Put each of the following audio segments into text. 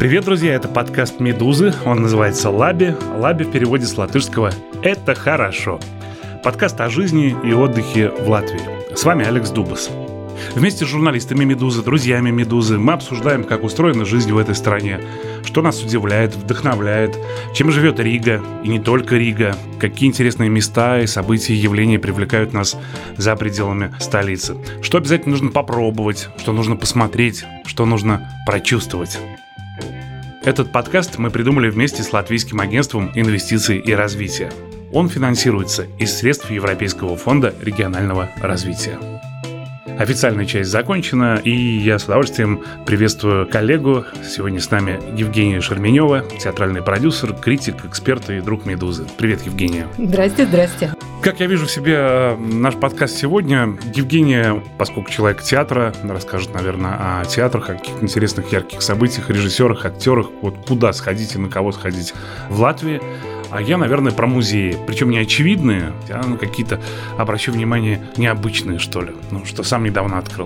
Привет, друзья, это подкаст «Медузы», он называется «Лаби». «Лаби» в переводе с латышского «это хорошо». Подкаст о жизни и отдыхе в Латвии. С вами Алекс Дубас. Вместе с журналистами «Медузы», друзьями «Медузы» мы обсуждаем, как устроена жизнь в этой стране, что нас удивляет, вдохновляет, чем живет Рига, и не только Рига, какие интересные места и события и явления привлекают нас за пределами столицы, что обязательно нужно попробовать, что нужно посмотреть, что нужно прочувствовать. Этот подкаст мы придумали вместе с Латвийским агентством инвестиций и развития. Он финансируется из средств Европейского фонда регионального развития. Официальная часть закончена, и я с удовольствием приветствую коллегу. Сегодня с нами Евгения Шерменева, театральный продюсер, критик, эксперт и друг «Медузы». Привет, Евгения. Здрасте. Как я вижу в себе наш подкаст сегодня, Евгения, поскольку человек театра, расскажет, наверное, о театрах, о каких-то интересных, ярких событиях, режиссерах, актерах, вот куда сходить и на кого сходить в Латвии. А я, наверное, про музеи. Причем не очевидные, а какие-то, обращу внимание, необычные, что ли. Что сам недавно открыл.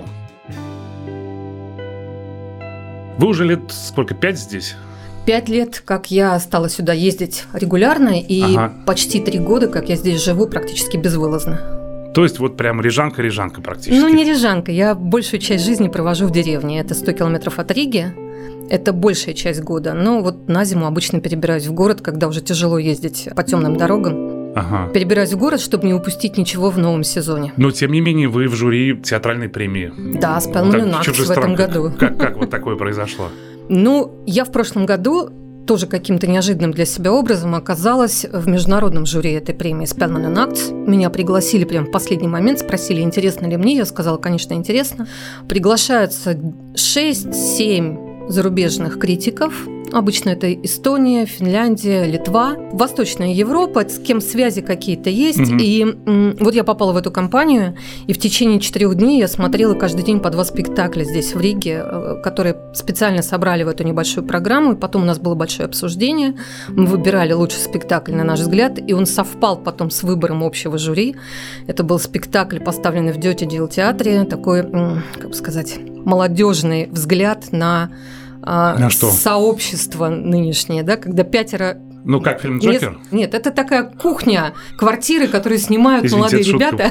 Вы уже лет сколько, 5 здесь? 5 лет, как я стала сюда ездить регулярно, и почти 3 года, как я здесь живу практически безвылазно. То есть вот прям рижанка практически? Не рижанка, я большую часть жизни провожу в деревне. Это 100 километров от Риги. Это большая часть года. Но вот на зиму обычно перебираюсь в город, когда уже тяжело ездить по темным дорогам. Перебираюсь в город, чтобы не упустить ничего в новом сезоне. Но, тем не менее, вы в жюри театральной премии. Да, «Спелманунакс» в этом году. Как вот такое произошло? Я в прошлом году тоже каким-то неожиданным для себя образом оказалась в международном жюри этой премии «Спелманунакс». Меня пригласили прямо в последний момент, спросили, интересно ли мне. Я сказала, конечно, интересно. Приглашаются 6-7 зарубежных критиков. Обычно это Эстония, Финляндия, Литва, Восточная Европа, с кем связи какие-то есть. И вот я попала в эту компанию, и в течение 4 дней я смотрела каждый день по 2 спектакля здесь, в Риге, которые специально собрали в эту небольшую программу, и потом у нас было большое обсуждение. Мы выбирали лучший спектакль, на наш взгляд, и он совпал потом с выбором общего жюри. Это был спектакль, поставленный в Дёте-Дил-театре, такой, как бы сказать, молодежный взгляд на сообщество нынешнее, да, когда 5... как фильм «Джокер»? Нет, это такая кухня, квартиры, которые снимают молодые ребята.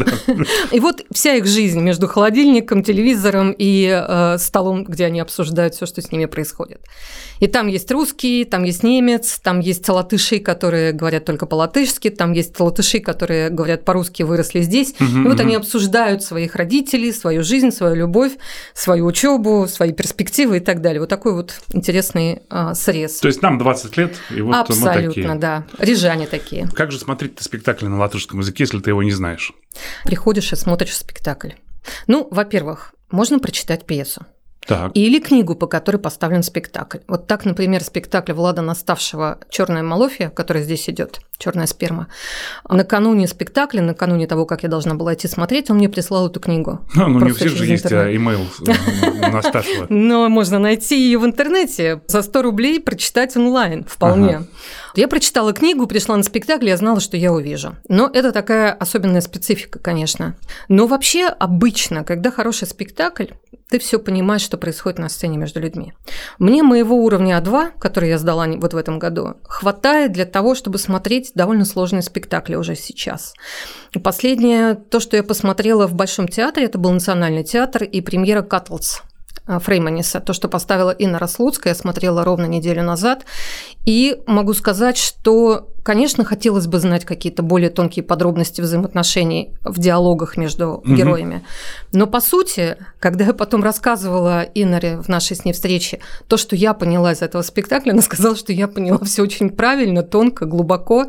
И вот вся их жизнь между холодильником, телевизором и столом, где они обсуждают все, что с ними происходит. И там есть русский, там есть немец, там есть латыши, которые говорят только по-латышски, там есть латыши, которые говорят по-русски, выросли здесь. И вот они обсуждают своих родителей, свою жизнь, свою любовь, свою учебу, свои перспективы и так далее. Вот такой вот интересный срез. То есть нам 20 лет, и вот абсолютно, мы такие. Да. Рижане такие. Как же смотреть спектакль на латышском языке, если ты его не знаешь? Приходишь и смотришь спектакль. Во-первых, можно прочитать пьесу. Так. Или книгу, по которой поставлен спектакль. Вот так, например, спектакль Влада Наставшего «Черная малофия», который здесь идет, «Черная сперма». Накануне спектакля, накануне того, как я должна была идти смотреть, он мне прислал эту книгу. Не у всех же есть имейл Наставшего. Но можно найти ее в интернете, за 100 рублей прочитать онлайн вполне. Я прочитала книгу, пришла на спектакль, я знала, что я увижу. Но это такая особенная специфика, конечно. Но вообще обычно, когда хороший спектакль, ты все понимаешь, что происходит на сцене между людьми. Мне моего уровня А2, который я сдала вот в этом году, хватает для того, чтобы смотреть довольно сложные спектакли уже сейчас. Последнее, то, что я посмотрела в Большом театре, это был Национальный театр и премьера «Катлс» Фрейманиса, то, что поставила Инна Рослуцкая, я смотрела ровно неделю назад. И могу сказать, что, конечно, хотелось бы знать какие-то более тонкие подробности взаимоотношений в диалогах между героями. Но, по сути, когда я потом рассказывала Иннаре в нашей с ней встрече то, что я поняла из этого спектакля, она сказала, что я поняла все очень правильно, тонко, глубоко.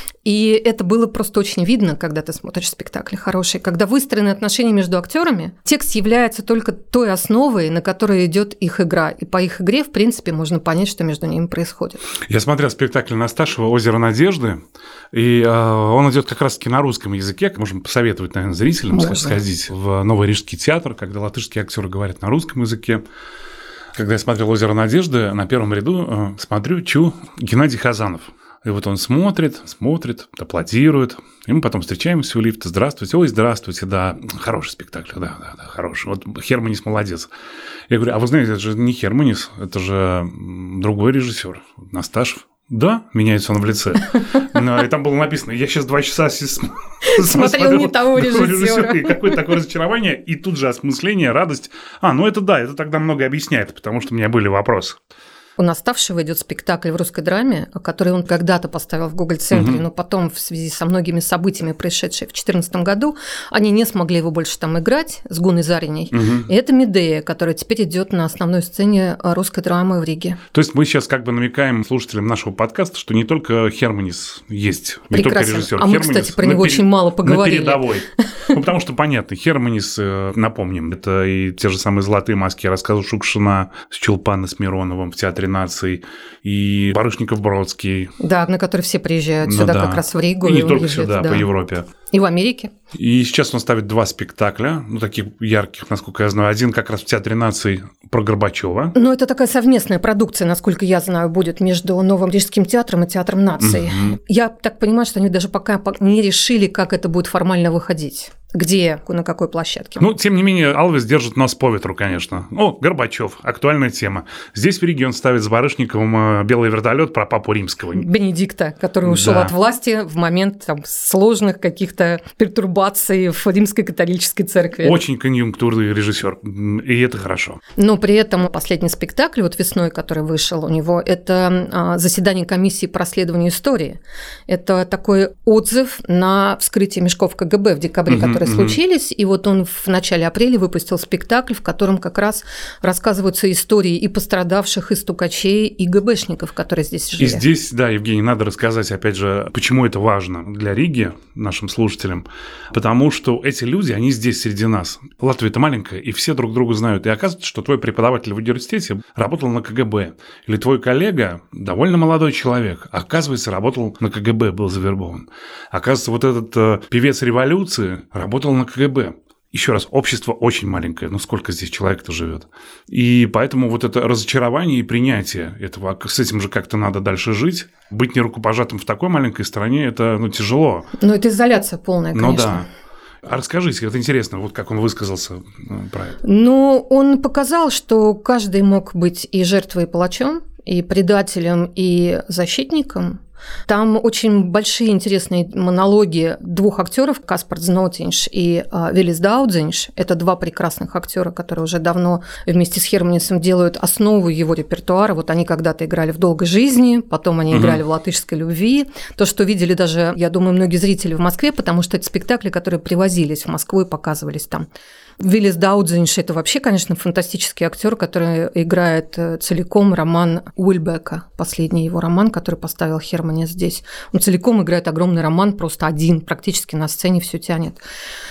И это было просто очень видно, когда ты смотришь спектакли хорошие. Когда выстроены отношения между актерами, текст является только той основой, на которой идет их игра. И по их игре, в принципе, можно понять, что между ними происходит. Я смотрел спектакль Насташева «Озеро надежды», и он идет как раз-таки на русском языке. Можем посоветовать, наверное, зрителям сходить в Новый Рижский театр, когда латышские актеры говорят на русском языке. Когда я смотрел «Озеро надежды», на первом ряду смотрю, Геннадий Хазанов. И вот он смотрит, аплодирует. И мы потом встречаемся у лифта. Здравствуйте. Ой, здравствуйте, да. Хороший спектакль, да, хороший. Вот Херманис молодец. Я говорю, а вы знаете, это же не Херманис, это же другой режиссер, Насташев. Да, меняется он в лице. И там было написано, я сейчас 2 часа смотрел не того режиссера. И какое-то такое разочарование, и тут же осмысление, радость. Это тогда многое объясняет, потому что у меня были вопросы. У Наставшего идет спектакль в русской драме, который он когда-то поставил в Гоголь-центре, но потом в связи со многими событиями, происшедшими в 2014 году, они не смогли его больше там играть с Гуной Зариней. И это «Медея», которая теперь идет на основной сцене русской драмы в Риге. То есть мы сейчас как бы намекаем слушателям нашего подкаста, что не только Херманис есть, не прекрасно. Только режиссер Херманис. Мы, кстати, про него очень мало поговорили. На передовой. Потому что понятно, Херманис, напомним, это и те же самые «Золотые маски», я рассказывал, Шукшина с Чулпана с Мироновым в Театре наций, и Барышников-Бродский. Да, на который все приезжают сюда как раз в Ригу. И не только сюда, по Европе. И в Америке. И сейчас он ставит 2 спектакля, таких ярких, насколько я знаю. Один как раз в Театре наций про Горбачева. Это такая совместная продукция, насколько я знаю, будет между Новым Рижским театром и Театром наций. Я так понимаю, что они даже пока не решили, как это будет формально выходить. Где, на какой площадке? Тем не менее, Алвис держит нос по ветру, конечно. Горбачев, актуальная тема. Здесь в Риге он ставит с Барышниковым «Белый вертолет» про папу римского. Бенедикта, который ушел от власти в момент сложных каких-то пертурбаций в римской католической церкви. Очень конъюнктурный режиссер, и это хорошо. Но при этом последний спектакль, весной, который вышел у него, это заседание комиссии по расследованию истории. Это такой отзыв на вскрытие мешков КГБ в декабре, которые случились, и он в начале апреля выпустил спектакль, в котором как раз рассказываются истории и пострадавших, и стукачей, и ГБшников, которые здесь жили. И здесь, да, Евгений, надо рассказать, опять же, почему это важно для Риги, нашим слушателям, потому что эти люди, они здесь среди нас. Латвия-то маленькая, и все друг друга знают. И оказывается, что твой преподаватель в университете работал на КГБ, или твой коллега, довольно молодой человек, оказывается, работал на КГБ, был завербован. Оказывается, этот певец революции работал на КГБ. Еще раз, общество очень маленькое, сколько здесь человек-то живет. И поэтому это разочарование и принятие этого, с этим же как-то надо дальше жить. Быть нерукопожатым в такой маленькой стране – это тяжело. Это изоляция полная, конечно. Да. А расскажите, это интересно, как он высказался про это. Он показал, что каждый мог быть и жертвой, и палачом, и предателем, и защитником. Там очень большие интересные монологи 2 актеров, Каспар Знотинш и Виллис Даудзинш. Это 2 прекрасных актера, которые уже давно вместе с Херманисом делают основу его репертуара. Они когда-то играли в «Долгой жизни», потом они играли в «Латышской любви». То, что видели даже, я думаю, многие зрители в Москве, потому что это спектакли, которые привозились в Москву и показывались там. Виллис Даудзинш – это вообще, конечно, фантастический актер, который играет целиком роман Уильбека, последний его роман, который поставил Херманис здесь. Он целиком играет огромный роман, просто один, практически на сцене все тянет.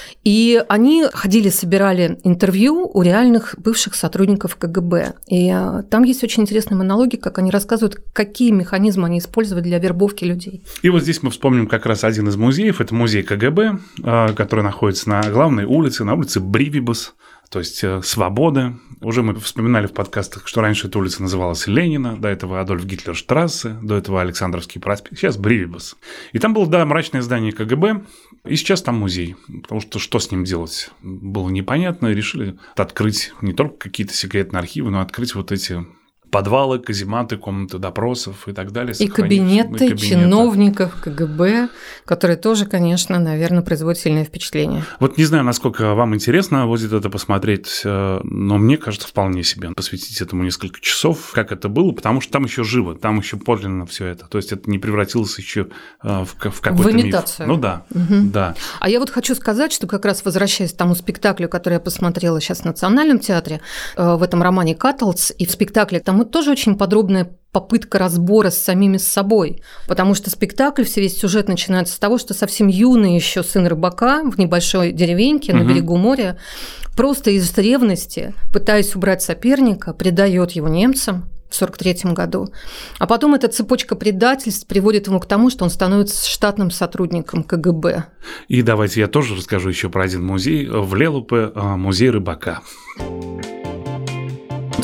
И они ходили, собирали интервью у реальных бывших сотрудников КГБ. И там есть очень интересные монологи, как они рассказывают, какие механизмы они использовали для вербовки людей. И здесь мы вспомним как раз один из музеев. Это музей КГБ, который находится на главной улице, на улице Бривибус, то есть Свободы. Уже мы вспоминали в подкастах, что раньше эта улица называлась Ленина, до этого Адольф Гитлер-штрассе, до этого Александровский проспект, сейчас Бривибус. И там было, мрачное здание КГБ, и сейчас там музей, потому что с ним делать было непонятно, и решили открыть не только какие-то секретные архивы, но открыть эти подвалы, казематы, комнаты допросов и так далее. И кабинеты чиновников КГБ, которые тоже, конечно, наверное, производят сильное впечатление. Не знаю, насколько вам интересно будет это посмотреть, но мне кажется, вполне себе посвятить этому несколько часов, как это было, потому что там еще живо, там еще подлинно все это. То есть это не превратилось еще в какой-то имитацию. Миф. Да. А я хочу сказать, что как раз возвращаясь к тому спектаклю, который я посмотрела сейчас в Национальном театре, в этом романе «Каттлс», и в спектакле там тоже очень подробная попытка разбора с самими собой, потому что спектакль, весь сюжет начинается с того, что совсем юный еще сын рыбака в небольшой деревеньке на берегу моря просто из ревности, пытаясь убрать соперника, предает его немцам в 1943 году. А потом эта цепочка предательств приводит его к тому, что он становится штатным сотрудником КГБ. И давайте я тоже расскажу еще про один музей в Лелупе, музей рыбака.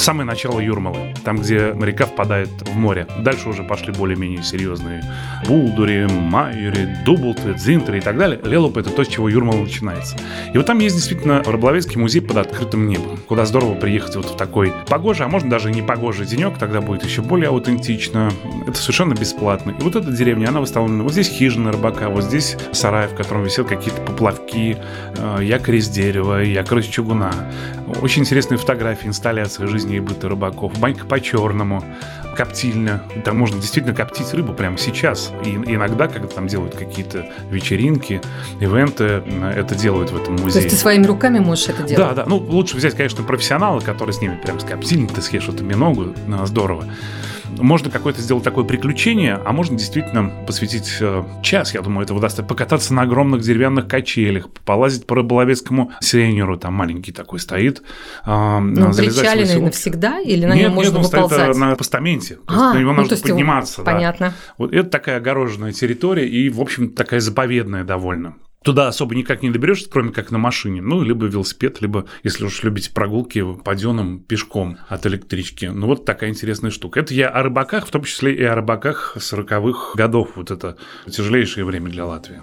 самое начало Юрмалы, там, где река впадает в море. Дальше уже пошли более-менее серьезные Булдури, Майори, Дублты, Дзинтри и так далее. Лелуп — это то, с чего Юрмала начинается. И вот там есть действительно Рыболовецкий музей под открытым небом, куда здорово приехать вот в такой погожий, а можно даже не погожий денек, тогда будет еще более аутентично. Это совершенно бесплатно. И вот эта деревня, она восстановлена. Вот здесь хижина рыбака, вот здесь сарай, в котором висят какие-то поплавки, якорь из дерева, якорь из чугуна. Очень интересные фотографии, инсталляции жизни и быта рыбаков. Банька по-черному, коптильня. Там можно действительно коптить рыбу прямо сейчас. И иногда, когда там делают какие-то вечеринки, ивенты, это делают в этом музее. То есть ты своими руками можешь это делать? Да. Ну, лучше взять, конечно, профессионала, который с ними прям с коптильни, ты съешь эту миногу, здорово. Можно какое-то сделать такое приключение, а можно действительно посвятить час, я думаю, этого удастся, покататься на огромных деревянных качелях, полазить по Рыболовецкому сеньору, там маленький такой стоит. Причаленный навсегда или на нем можно выползать? Нет, он стоит на постаменте, то есть на него нужно подниматься. Да. Понятно. Вот это такая огороженная территория и, в общем, такая заповедная довольно. Туда особо никак не доберешься, кроме как на машине. Ну, либо велосипед, либо, если уж любите прогулки, по дюнам пешком от электрички. Ну, вот такая интересная штука. Это я о рыбаках, в том числе и о рыбаках 40-х годов. Вот это тяжелейшее время для Латвии.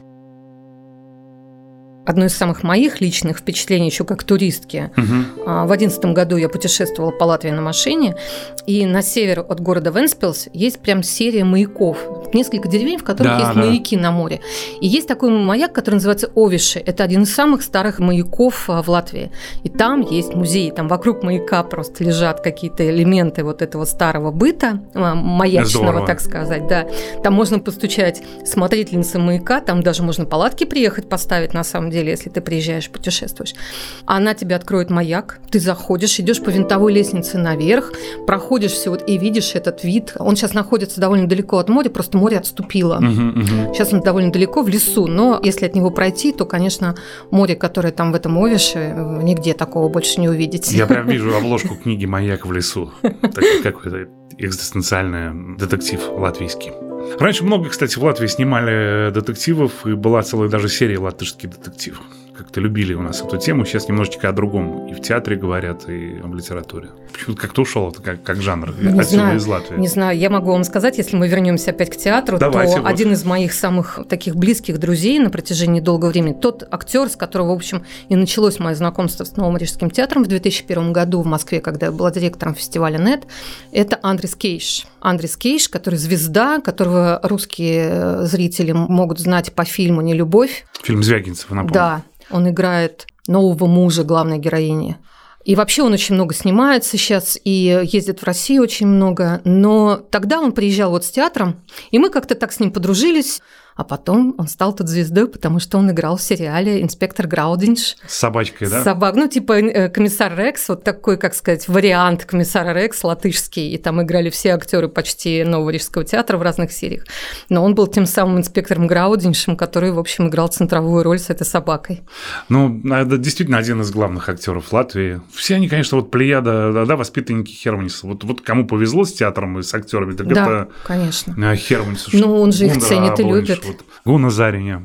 Одно из самых моих личных впечатлений еще как туристки. В 2011 году я путешествовала по Латвии на машине, и на север от города Вентспилс есть прям серия маяков. Несколько деревень, в которых есть маяки на море. И есть такой маяк, который называется Овиши. Это один из самых старых маяков в Латвии. И там есть музей. Там вокруг маяка просто лежат какие-то элементы вот этого старого быта, маячного, здорово, так сказать. Да. Там можно постучать смотрительнице маяка, там даже можно палатки приехать поставить, на самом деле, если ты приезжаешь, путешествуешь. Она тебе откроет маяк, ты заходишь, идешь по винтовой лестнице наверх, проходишь все вот и видишь этот вид. Он сейчас находится довольно далеко от моря, просто море отступило. Сейчас он довольно далеко в лесу, но если от него пройти, то, конечно, море, которое там в этом Овише, нигде такого больше не увидите. Я прям вижу обложку книги «Маяк в лесу». Какой-то экзистенциальный детектив латвийский. Раньше много, кстати, в Латвии снимали детективов, и была целая даже серия «Латышский детектив». Как-то любили у нас эту тему. Сейчас немножечко о другом. И в театре говорят, и об литературе. Почему-то как-то ушел это как жанр отсюда из Латвии. Не знаю, я могу вам сказать, если мы вернемся опять к театру, давайте, то один из моих самых таких близких друзей на протяжении долгого времени, тот актер, с которого, в общем, и началось мое знакомство с Новым Рижским театром в 2001 году в Москве, когда я была директором фестиваля «Нет», это Андрис Кейш. Андрис Кейш, который звезда, которого русские зрители могут знать по фильму «Нелюбовь». Фильм Звягинцева, напомню. Да. Он играет нового мужа главной героини. И вообще он очень много снимается сейчас и ездит в Россию очень много. Но тогда он приезжал вот с театром, и мы как-то так с ним подружились. А потом он стал тут звездой, потому что он играл в сериале «Инспектор Граудинш». С собачкой, да? Собак, ну, типа комиссар Рекс, вот такой, как сказать, вариант комиссара Рекс латышский. И там играли все актеры почти Нового Рижского театра в разных сериях. Но он был тем самым инспектором Граудиншем, который, в общем, играл центровую роль с этой собакой. Ну, это действительно один из главных актеров Латвии. Все они, конечно, вот плеяда, да, воспитанники Херманиса. Вот кому повезло с театром и с актерами, так да, это конечно. Херманис. Ну, он же их ценит и любит. Вот. Гуна Зариня.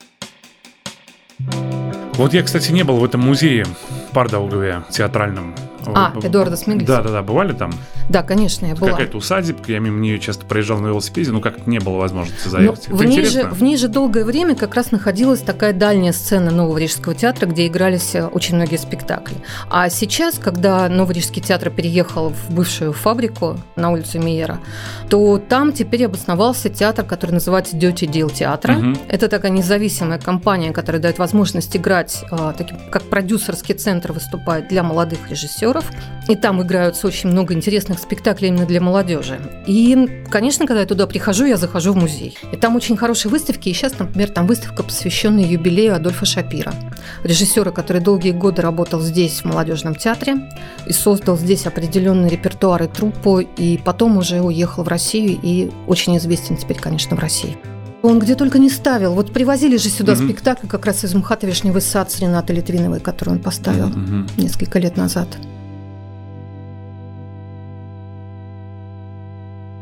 Вот я, кстати, не был в этом музее Пардаугаве театральном. Эдуарда Смиглиса. Да, бывали там? Да, конечно, я была. Какая-то усадебка, я мимо нее часто проезжал на велосипеде, но как-то не было возможности заехать. В ней же долгое время как раз находилась такая дальняя сцена Нового Рижского театра, где игрались очень многие спектакли. А сейчас, когда Новый Рижский театр переехал в бывшую фабрику на улицу Мейера, то там теперь обосновался театр, который называется Dirty Deal театра. Это такая независимая компания, которая дает возможность играть, как продюсерский центр выступает для молодых режиссеров. И там играются очень много интересных спектаклей именно для молодежи. И, конечно, когда я туда прихожу, я захожу в музей. И там очень хорошие выставки. И сейчас, например, там выставка, посвященная юбилею Адольфа Шапира, режиссера, который долгие годы работал здесь, в молодежном театре, и создал здесь определенный репертуар и труппу, и потом уже уехал в Россию и очень известен теперь, конечно, в России. Он где только не ставил. Вот привозили же сюда спектакль как раз из МХАТа «Вишневый сад» с Ренатой Литвиновой, который он поставил несколько лет назад.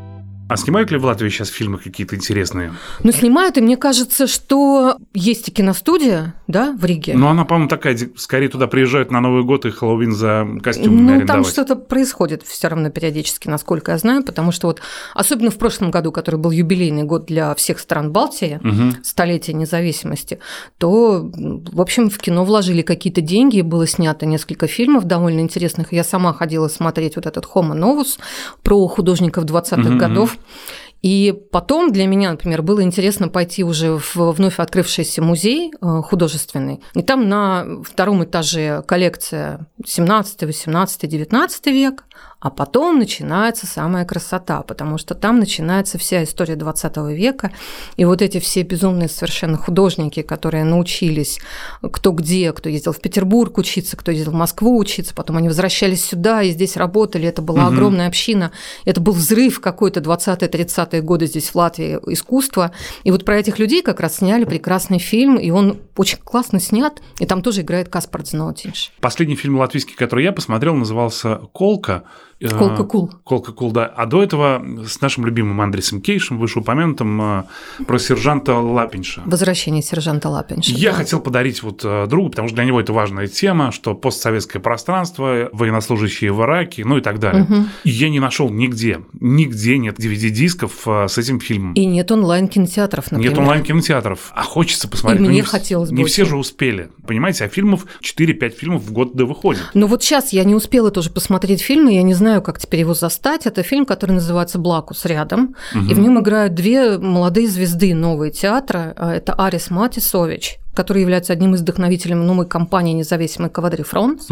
А снимают ли в Латвии сейчас фильмы какие-то интересные? Ну, снимают, и мне кажется, что есть и киностудия, да, в Риге. Ну, она, по-моему, такая, скорее туда приезжают на Новый год и Хэллоуин за костюмами арендовать. Там что-то происходит все равно периодически, насколько я знаю, потому что вот, особенно в прошлом году, который был юбилейный год для всех стран Балтии, столетие независимости, то, в общем, в кино вложили какие-то деньги, было снято несколько фильмов довольно интересных. Я сама ходила смотреть вот этот «Homo Novus» про художников 20-х годов. И потом для меня, например, было интересно пойти уже в вновь открывшийся музей художественный. И там на втором этаже коллекция 17, 18, 19 век, а потом начинается самая красота, потому что там начинается вся история 20 века, и вот эти все безумные совершенно художники, которые научились кто где, кто ездил в Петербург учиться, кто ездил в Москву учиться, потом они возвращались сюда и здесь работали, это была огромная община, это был взрыв какой-то 20-30-е годы здесь в Латвии искусства, и вот про этих людей как раз сняли прекрасный фильм, и он очень классно снят, и там тоже играет Каспар Дзинотинш. Последний фильм латвийский, который я посмотрел, назывался «Колка». Колка-Кул. Колка-Кул, да. А до этого с нашим любимым Андресом Кейшем, вышеупомянутым, про сержанта Лапинша. «Возвращение сержанта Лапинша». Я хотел подарить вот другу, потому что для него это важная тема, что постсоветское пространство, военнослужащие в Ираке, ну и так далее. И я не нашел нигде нет DVD-дисков с этим фильмом. И нет онлайн-кинотеатров, например. Нет онлайн-кинотеатров. А хочется посмотреть. И мне хотелось бы. Не все же успели. Понимаете, а фильмов 4-5 фильмов в год выходит. Но вот сейчас я не успела тоже посмотреть фильмы, я не знаю, как теперь его застать. Это фильм, который называется «Блакус. Рядом». И в нем играют две молодые звезды нового театра. Это Арис Матисович, который является одним из вдохновителей новой компании независимой Кавадри Фронс.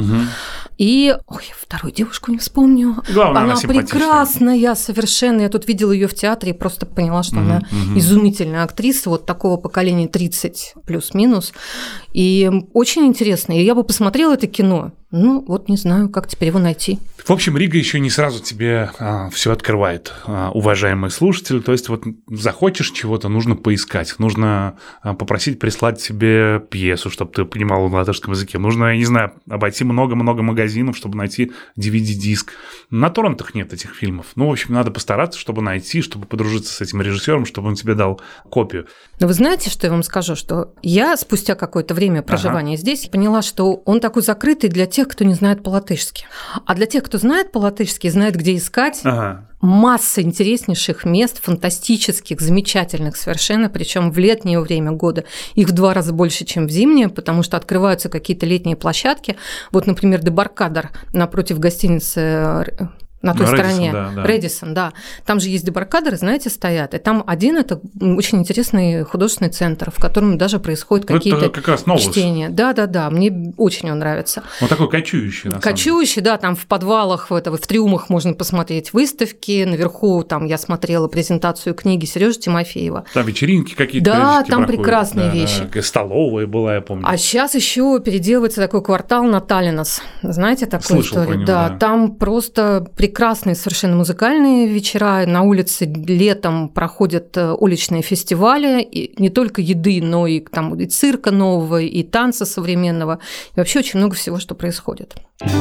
И вторую девушку не вспомню. Главное, она прекрасная совершенно. Я тут видела ее в театре и просто поняла, что она изумительная актриса, вот такого поколения 30 плюс-минус. И очень интересно. И я бы посмотрела это кино. Ну, вот не знаю, как теперь его найти. В общем, Рига еще не сразу тебе все открывает, уважаемые слушатели. То есть, вот захочешь чего-то, нужно поискать. Нужно попросить прислать тебе пьесу, чтобы ты понимал на латышском языке. Нужно, я не знаю, обойти много-много магазинов, чтобы найти DVD-диск. На торрентах нет этих фильмов. Ну, в общем, надо постараться, чтобы найти, чтобы подружиться с этим режиссером, чтобы он тебе дал копию. Но вы знаете, что я вам скажу? Что я спустя какое-то время проживания здесь поняла, что он такой закрытый для тех, кто не знает по-латышски. А для тех, кто знает по-латышски, знает, где искать, масса интереснейших мест, фантастических, замечательных совершенно, причем в летнее время года. Их в 2 раза больше, чем в зимнее, потому что открываются какие-то летние площадки. Вот, например, Дебаркадер напротив гостиницы на той стороне. Редисон, да. Там же есть дебаркадеры, знаете, стоят. И там один – это очень интересный художественный центр, в котором даже происходят какие-то как раз новость. Чтения. Да, мне очень он нравится. Он такой кочующий, на Кочующий, да, там в подвалах, в трюмах можно посмотреть выставки. Наверху там я смотрела презентацию книги Сережи Тимофеева. Там вечеринки какие-то. Да, там прекрасные вещи. Столовая была, я помню. А сейчас еще переделывается такой квартал на Таллинас. Знаете такую историю? Него, да, там просто прекрасные совершенно музыкальные вечера. На улице летом проходят уличные фестивали, и не только еды, но и там и цирка нового, и танца современного. И вообще очень много всего, что происходит.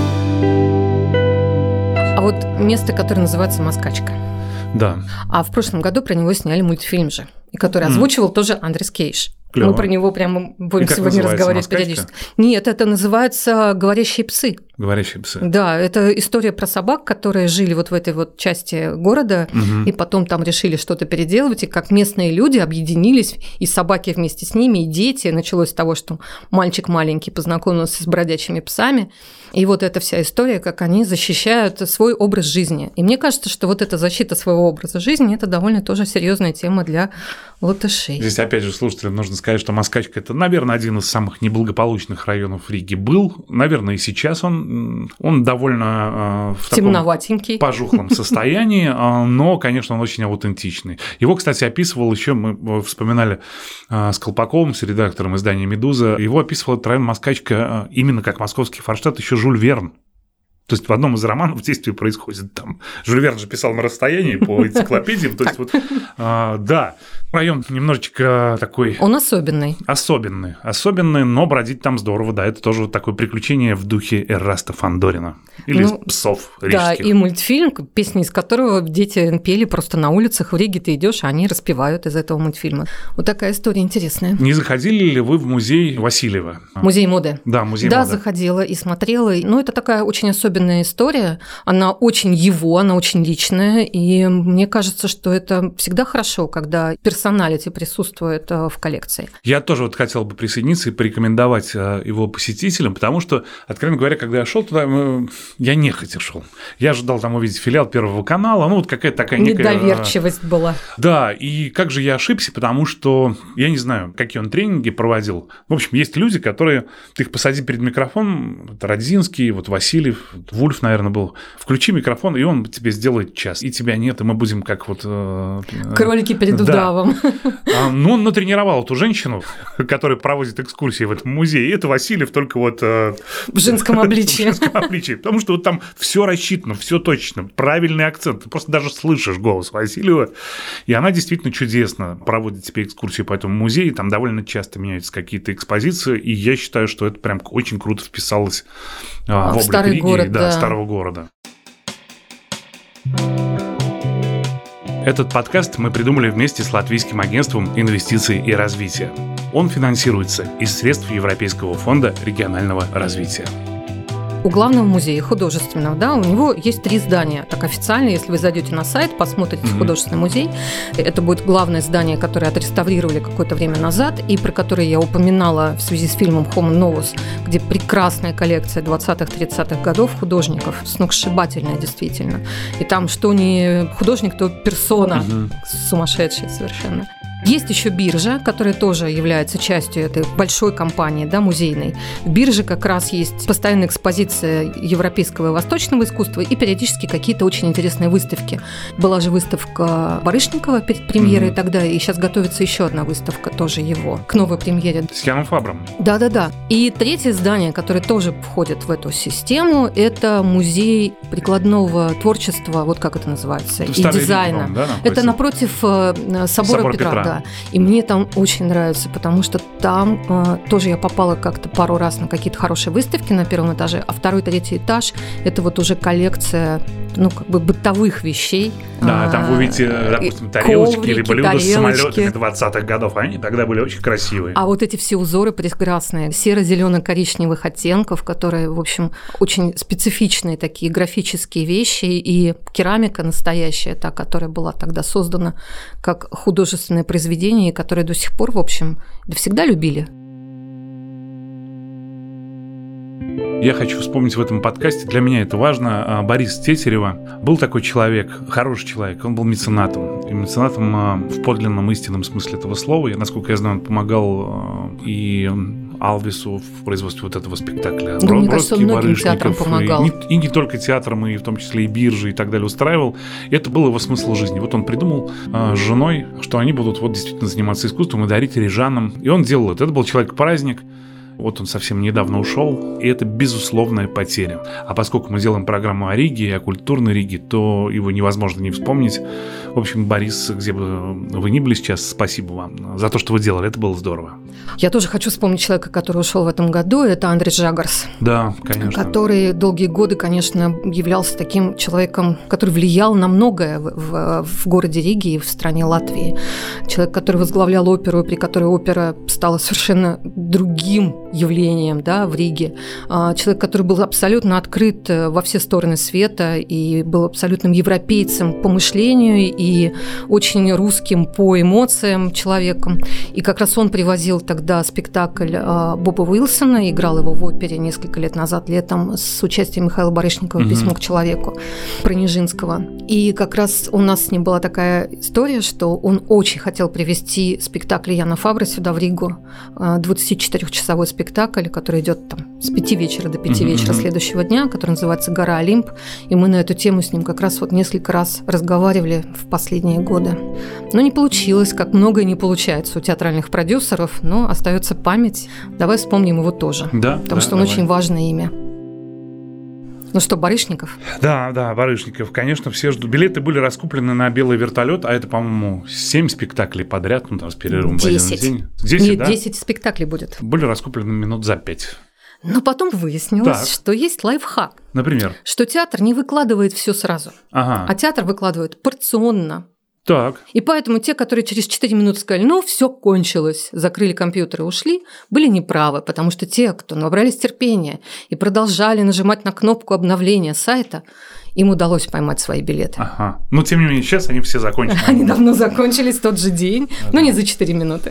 А вот место, которое называется «Москачка». Да. А в прошлом году про него сняли мультфильм же, и который озвучивал тоже Андрес Кейш. Клёво. Мы про него прямо будем сегодня разговаривать периодически. Нет, это называется «Говорящие псы». «Говорящие псы». Да, это история про собак, которые жили вот в этой вот части города, и потом там решили что-то переделывать, и как местные люди объединились, и собаки вместе с ними, и дети. Началось с того, что мальчик маленький познакомился с бродячими псами, и вот эта вся история, как они защищают свой образ жизни. И мне кажется, что вот эта защита своего образа жизни – это довольно тоже серьезная тема для латышей. Здесь, опять же, слушателям нужно сказать, что Москачка – это, наверное, один из самых неблагополучных районов Риги был. Наверное, и сейчас он довольно в темноватенький, таком пожухлом состоянии, но, конечно, он очень аутентичный. Его, кстати, описывал еще, мы вспоминали с Колпаковым, с редактором издания «Медуза», его описывал этот район Москачка именно как московский Форштадт еще Жюль Верн. То есть в одном из романов действие происходит там. Жюль Верн же писал на расстоянии по энциклопедиям. То есть вот, да. Район немножечко такой... Он особенный. Особенный, но бродить там здорово, да. Это тоже вот такое приключение в духе Эраста Фандорина. Или псов рижских. Да, и мультфильм, песни из которого дети пели просто на улицах. В Риге ты идешь, а они распевают из этого мультфильма. Вот такая история интересная. Не заходили ли вы в музей Васильева? Музей моды. Да, музей моды. Да, заходила и смотрела. Ну, это такая очень особенная история. Она очень она очень личная. И мне кажется, что это всегда хорошо, когда персоналити присутствует в коллекции. Я тоже вот хотел бы присоединиться и порекомендовать его посетителям, потому что, откровенно говоря, когда я шел туда, я нехотя шел. Я ожидал там увидеть филиал Первого канала, ну вот какая-то такая некая... Недоверчивость была. Да, и как же я ошибся, потому что я не знаю, какие он тренинги проводил. В общем, есть люди, которые... Ты их посади перед микрофоном, это Родзинский, вот Васильев, Вульф, наверное, был. Включи микрофон, и он тебе сделает час. И тебя нет, и мы будем как вот... Кролики перед удавом. Ну, он натренировал эту женщину, которая проводит экскурсии в этом музее, и это Васильев только вот... В женском обличии. В женском обличии, потому что вот там все рассчитано, все точно, правильный акцент. Ты просто даже слышишь голос Васильева, и она действительно чудесно проводит тебе экскурсии по этому музею, там довольно часто меняются какие-то экспозиции, и я считаю, что это прям очень круто вписалось в облик старый Риги, город, да, старого города. Этот подкаст мы придумали вместе с Латвийским агентством инвестиций и развития. Он финансируется из средств Европейского фонда регионального развития. У главного музея художественного, да, у него есть 3 здания. Так официально, если вы зайдете на сайт, посмотрите художественный музей, это будет главное здание, которое отреставрировали какое-то время назад, и про которое я упоминала в связи с фильмом «Homo Novus», где прекрасная коллекция 20-30-х годов художников, сногсшибательная действительно. И там что не художник, то персона сумасшедшая совершенно. Есть еще биржа, которая тоже является частью этой большой компании, да, музейной. В бирже как раз есть постоянная экспозиция европейского и восточного искусства и периодически какие-то очень интересные выставки. Была же выставка Барышникова перед премьерой тогда, и сейчас готовится еще одна выставка тоже его к новой премьере. С Яном Фабром. Да. И третье здание, которое тоже входит в эту систему, это музей прикладного творчества, вот как это называется, и дизайна. Да, это напротив собора Петра. Да. И мне там очень нравится, потому что там тоже я попала как-то пару раз на какие-то хорошие выставки на первом этаже, а 2-3 этаж – это вот уже коллекция, ну, как бы бытовых вещей. Да, там вы увидите, допустим, тарелочки коврики, или блюда с самолетами 20-х годов, они тогда были очень красивые. А вот эти все узоры прекрасные, серо-зелено-коричневых оттенков, которые, в общем, очень специфичные такие графические вещи, и керамика настоящая, та, которая была тогда создана как художественное произведение, которое до сих пор, в общем, всегда любили. Я хочу вспомнить в этом подкасте, для меня это важно, Борис Тетерева был такой человек, хороший человек, он был меценатом. И меценатом в подлинном истинном смысле этого слова. И, насколько я знаю, он помогал и Алвису в производстве вот этого спектакля. Да, мне кажется, он многим театрам помогал. И не только театрам, и в том числе и биржи и так далее устраивал. И это был его смысл жизни. Вот он придумал с женой, что они будут вот действительно заниматься искусством и дарить рижанам. И он делал это. Это был человек-праздник. Вот он совсем недавно ушел, и это безусловная потеря. А поскольку мы делаем программу о Риге и о культурной Риге, то его невозможно не вспомнить. В общем, Борис, где бы вы ни были сейчас, спасибо вам за то, что вы делали. Это было здорово. Я тоже хочу вспомнить человека, который ушел в этом году. Это Андрей Жагарс. Да, конечно. Который долгие годы, конечно, являлся таким человеком, который влиял на многое в городе Риге и в стране Латвии. Человек, который возглавлял оперу, при которой опера стала совершенно другим явлением, да, в Риге. Человек, который был абсолютно открыт во все стороны света и был абсолютным европейцем по мышлению и очень русским по эмоциям человеком. И как раз он привозил тогда спектакль Боба Уилсона, играл его в опере несколько лет назад летом с участием Михаила Барышникова «Письмо к человеку» про Нижинского. И как раз у нас с ним была такая история, что он очень хотел привезти спектакль Яна Фабра сюда, в Ригу, 24-часовой спектакль, который идет там с 5 вечера до 5 вечера следующего дня, который называется «Гора Олимп». И мы на эту тему с ним как раз вот несколько раз разговаривали в последние годы. Но не получилось, как многое не получается у театральных продюсеров, но остается память. Давай вспомним его тоже, да, потому что он очень важное имя. Ну что, Барышников? Да, Барышников. Конечно, все ждут. Билеты были раскуплены на «Белый вертолет», а это, по-моему, 7 спектаклей подряд, там с перерывом в один день. 10, Нет, да? 10 спектаклей будет. Были раскуплены минут за 5. Но потом выяснилось, что есть лайфхак. Например? Что театр не выкладывает все сразу, а театр выкладывает порционно. Так. И поэтому те, которые через 4 минуты сказали, все кончилось, закрыли компьютер и ушли, были неправы, потому что те, кто набрались терпения и продолжали нажимать на кнопку обновления сайта, им удалось поймать свои билеты. Но, тем не менее, сейчас они все закончены. Они давно закончились в тот же день, но не за 4 минуты.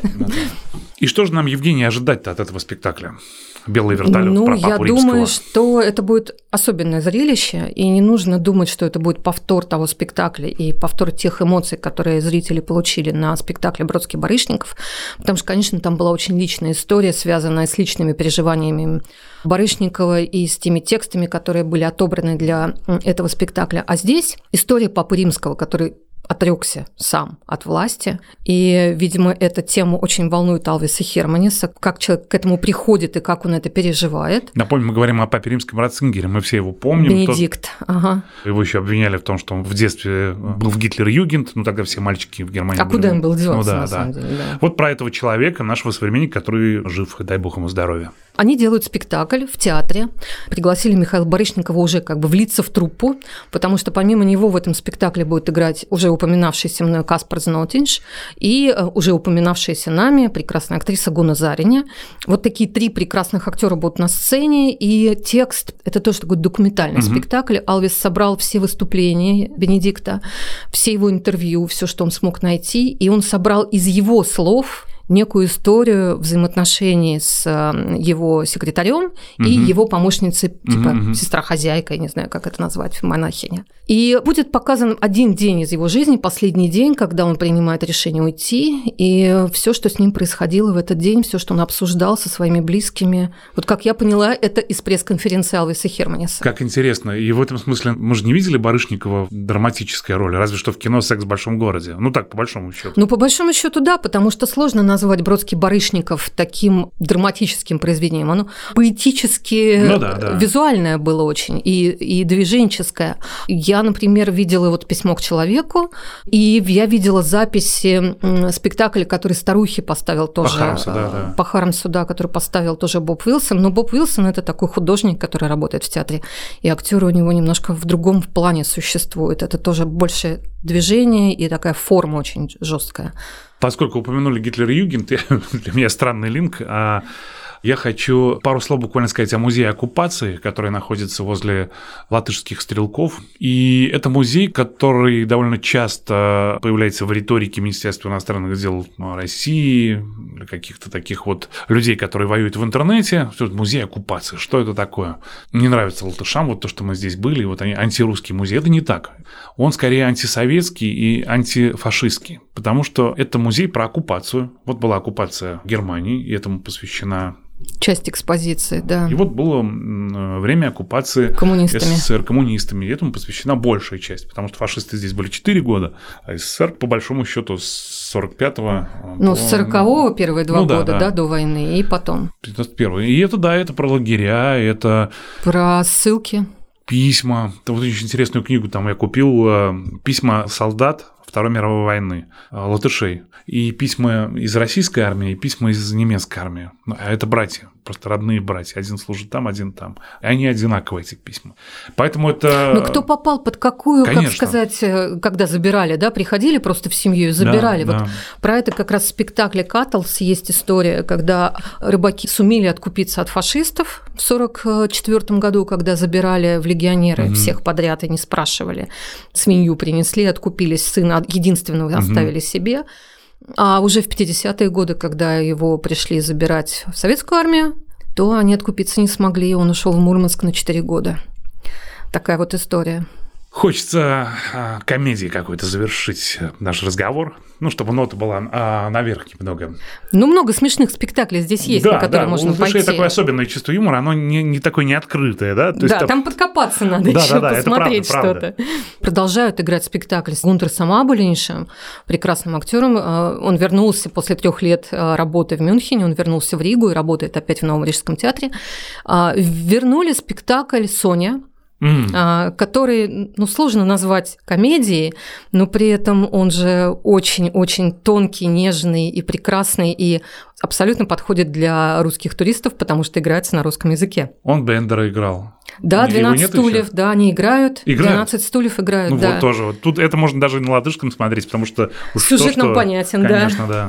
И что же нам, Евгений, ожидать-то от этого спектакля? «Белый вертолет» про я Папу думаю, Римского. что это будет особенное зрелище, и не нужно думать, что это будет повтор того спектакля и повтор тех эмоций, которые зрители получили на спектакле «Бродский Барышников», потому что, конечно, там была очень личная история, связанная с личными переживаниями Барышникова и с теми текстами, которые были отобраны для этого спектакля. А здесь история Папы Римского, который отрекся сам от власти. И, видимо, эта тема очень волнует Алвиса Херманиса, как человек к этому приходит и как он это переживает. Напомню, мы говорим о Папе Римском Ратцингере, мы все его помним. Бенедикт, Его еще обвиняли в том, что он в детстве был в Гитлер-Югенд, тогда все мальчики в Германии были. Куда он был деваться, на самом деле, да. Вот про этого человека, нашего современника, который жив, дай бог ему здоровья. Они делают спектакль в театре, пригласили Михаила Барышникова уже влиться в труппу, потому что помимо него в этом спектакле будет играть уже упоминавшийся мной Каспар Знотинш и уже упоминавшаяся нами прекрасная актриса Гуна Зариня. Вот такие 3 прекрасных актера будут на сцене, и текст – это тоже такой документальный спектакль. Алвис собрал все выступления Бенедикта, все его интервью, все, что он смог найти, и он собрал из его слов некую историю взаимоотношений с его секретарем и его помощницей, сестра-хозяйка, я не знаю, как это назвать, монахиня. И будет показан один день из его жизни, последний день, когда он принимает решение уйти, и все, что с ним происходило в этот день, все, что он обсуждал со своими близкими. Вот как я поняла, это из пресс-конференции Алвиса Херманиса. Как интересно. И в этом смысле мы же не видели Барышникова в драматической роли, разве что в кино «Секс в большом городе». Так, по большому счету. По большому счету, да, потому что сложно назвать «Бродский Барышников» таким драматическим произведением. Оно поэтически, визуальное было очень и движенческое. Я, например, видела «Письмо к человеку», и я видела записи спектакля, который «Старухи» поставил тоже. По Хармсу, который поставил тоже Боб Уилсон. Но Боб Уилсон – это такой художник, который работает в театре, и актеры у него немножко в другом плане существуют. Это тоже больше движение и такая форма очень жесткая. Поскольку упомянули Гитлер-Югенд, для меня странный линк, я хочу пару слов буквально сказать о музее оккупации, который находится возле латышских стрелков. И это музей, который довольно часто появляется в риторике Министерства иностранных дел России, каких-то таких людей, которые воюют в интернете. Музей оккупации, что это такое? Не нравится латышам то, что мы здесь были, они антирусский музей. Это не так. Он скорее антисоветский и антифашистский, потому что это музей про оккупацию. Была оккупация Германии, и этому посвящена часть экспозиции, да. И было время оккупации СССР коммунистами, и этому посвящена большая часть, потому что фашисты здесь были 4 года, а СССР, по большому счету, с 45-го... с 40-го первые 2 года, до войны, и потом. 91-й. И это про лагеря, это... Про ссылки. Письма. Очень интересную книгу я купил «Письма солдат Второй мировой войны, латышей. И письма из российской армии, и письма из немецкой армии. Это братья, просто родные братья. Один служит там, один там. И они одинаковые, эти письма. Поэтому это... Но кто попал под какую, Конечно. Как сказать, когда забирали, приходили просто в семью и забирали. Да. Про это как раз в спектакле «Катлс» есть история, когда рыбаки сумели откупиться от фашистов в 1944 году, когда забирали в легионеры всех подряд и не спрашивали. Свинью принесли, откупились, сына единственного оставили себе. А уже в 50-е годы, когда его пришли забирать в советскую армию, то они откупиться не смогли, и он ушел в Мурманск на 4 года. Такая история. Хочется комедией какой-то завершить наш разговор, чтобы нота была наверх немного. Много смешных спектаклей здесь есть, на которые можно пойти. Да, такое особенное чувство юмора, оно не такое неоткрытое, да? То есть там подкопаться надо еще, посмотреть что-то. Продолжают играть спектакль с Гунтерсом Аболиншем, прекрасным актером. Он вернулся после 3 лет работы в Мюнхене, он вернулся в Ригу и работает опять в Новом Рижском театре. Вернули спектакль «Соня». который, сложно назвать комедией, но при этом он же очень-очень тонкий, нежный и прекрасный, и абсолютно подходит для русских туристов, потому что играется на русском языке. Он Бендера играл. Да, 12 стульев, да, они играют. 12 стульев играют, да. Вот тоже. Вот тут это можно даже и на латышском смотреть, потому что... Сюжет нам понятен, конечно, да.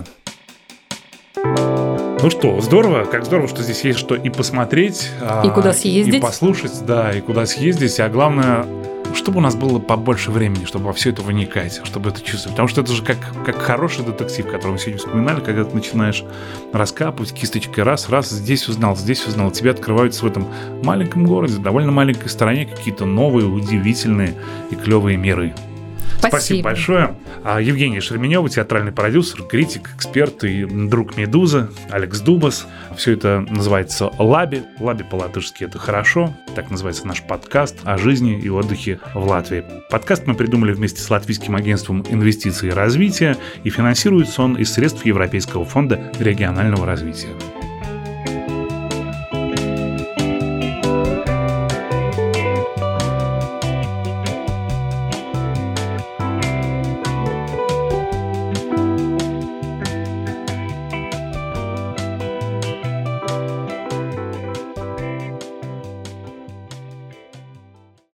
Ну что, здорово, как здорово, что здесь есть что и посмотреть, и куда съездить, и послушать, да, и куда съездить, а главное, чтобы у нас было побольше времени, чтобы во все это вникать, чтобы это чувствовать, потому что это же как хороший детектив, который мы сегодня вспоминали, когда ты начинаешь раскапывать кисточкой, раз, здесь узнал, тебе открываются в этом маленьком городе, довольно маленькой стране какие-то новые, удивительные и клевые миры. Спасибо большое. Евгений Шеременёв, театральный продюсер, критик, эксперт и друг «Медузы», Алекс Дубас. Все это называется «Лаби». «Лаби» по-латышски – это «хорошо». Так называется наш подкаст о жизни и отдыхе в Латвии. Подкаст мы придумали вместе с Латвийским агентством инвестиций и развития, и финансируется он из средств Европейского фонда регионального развития.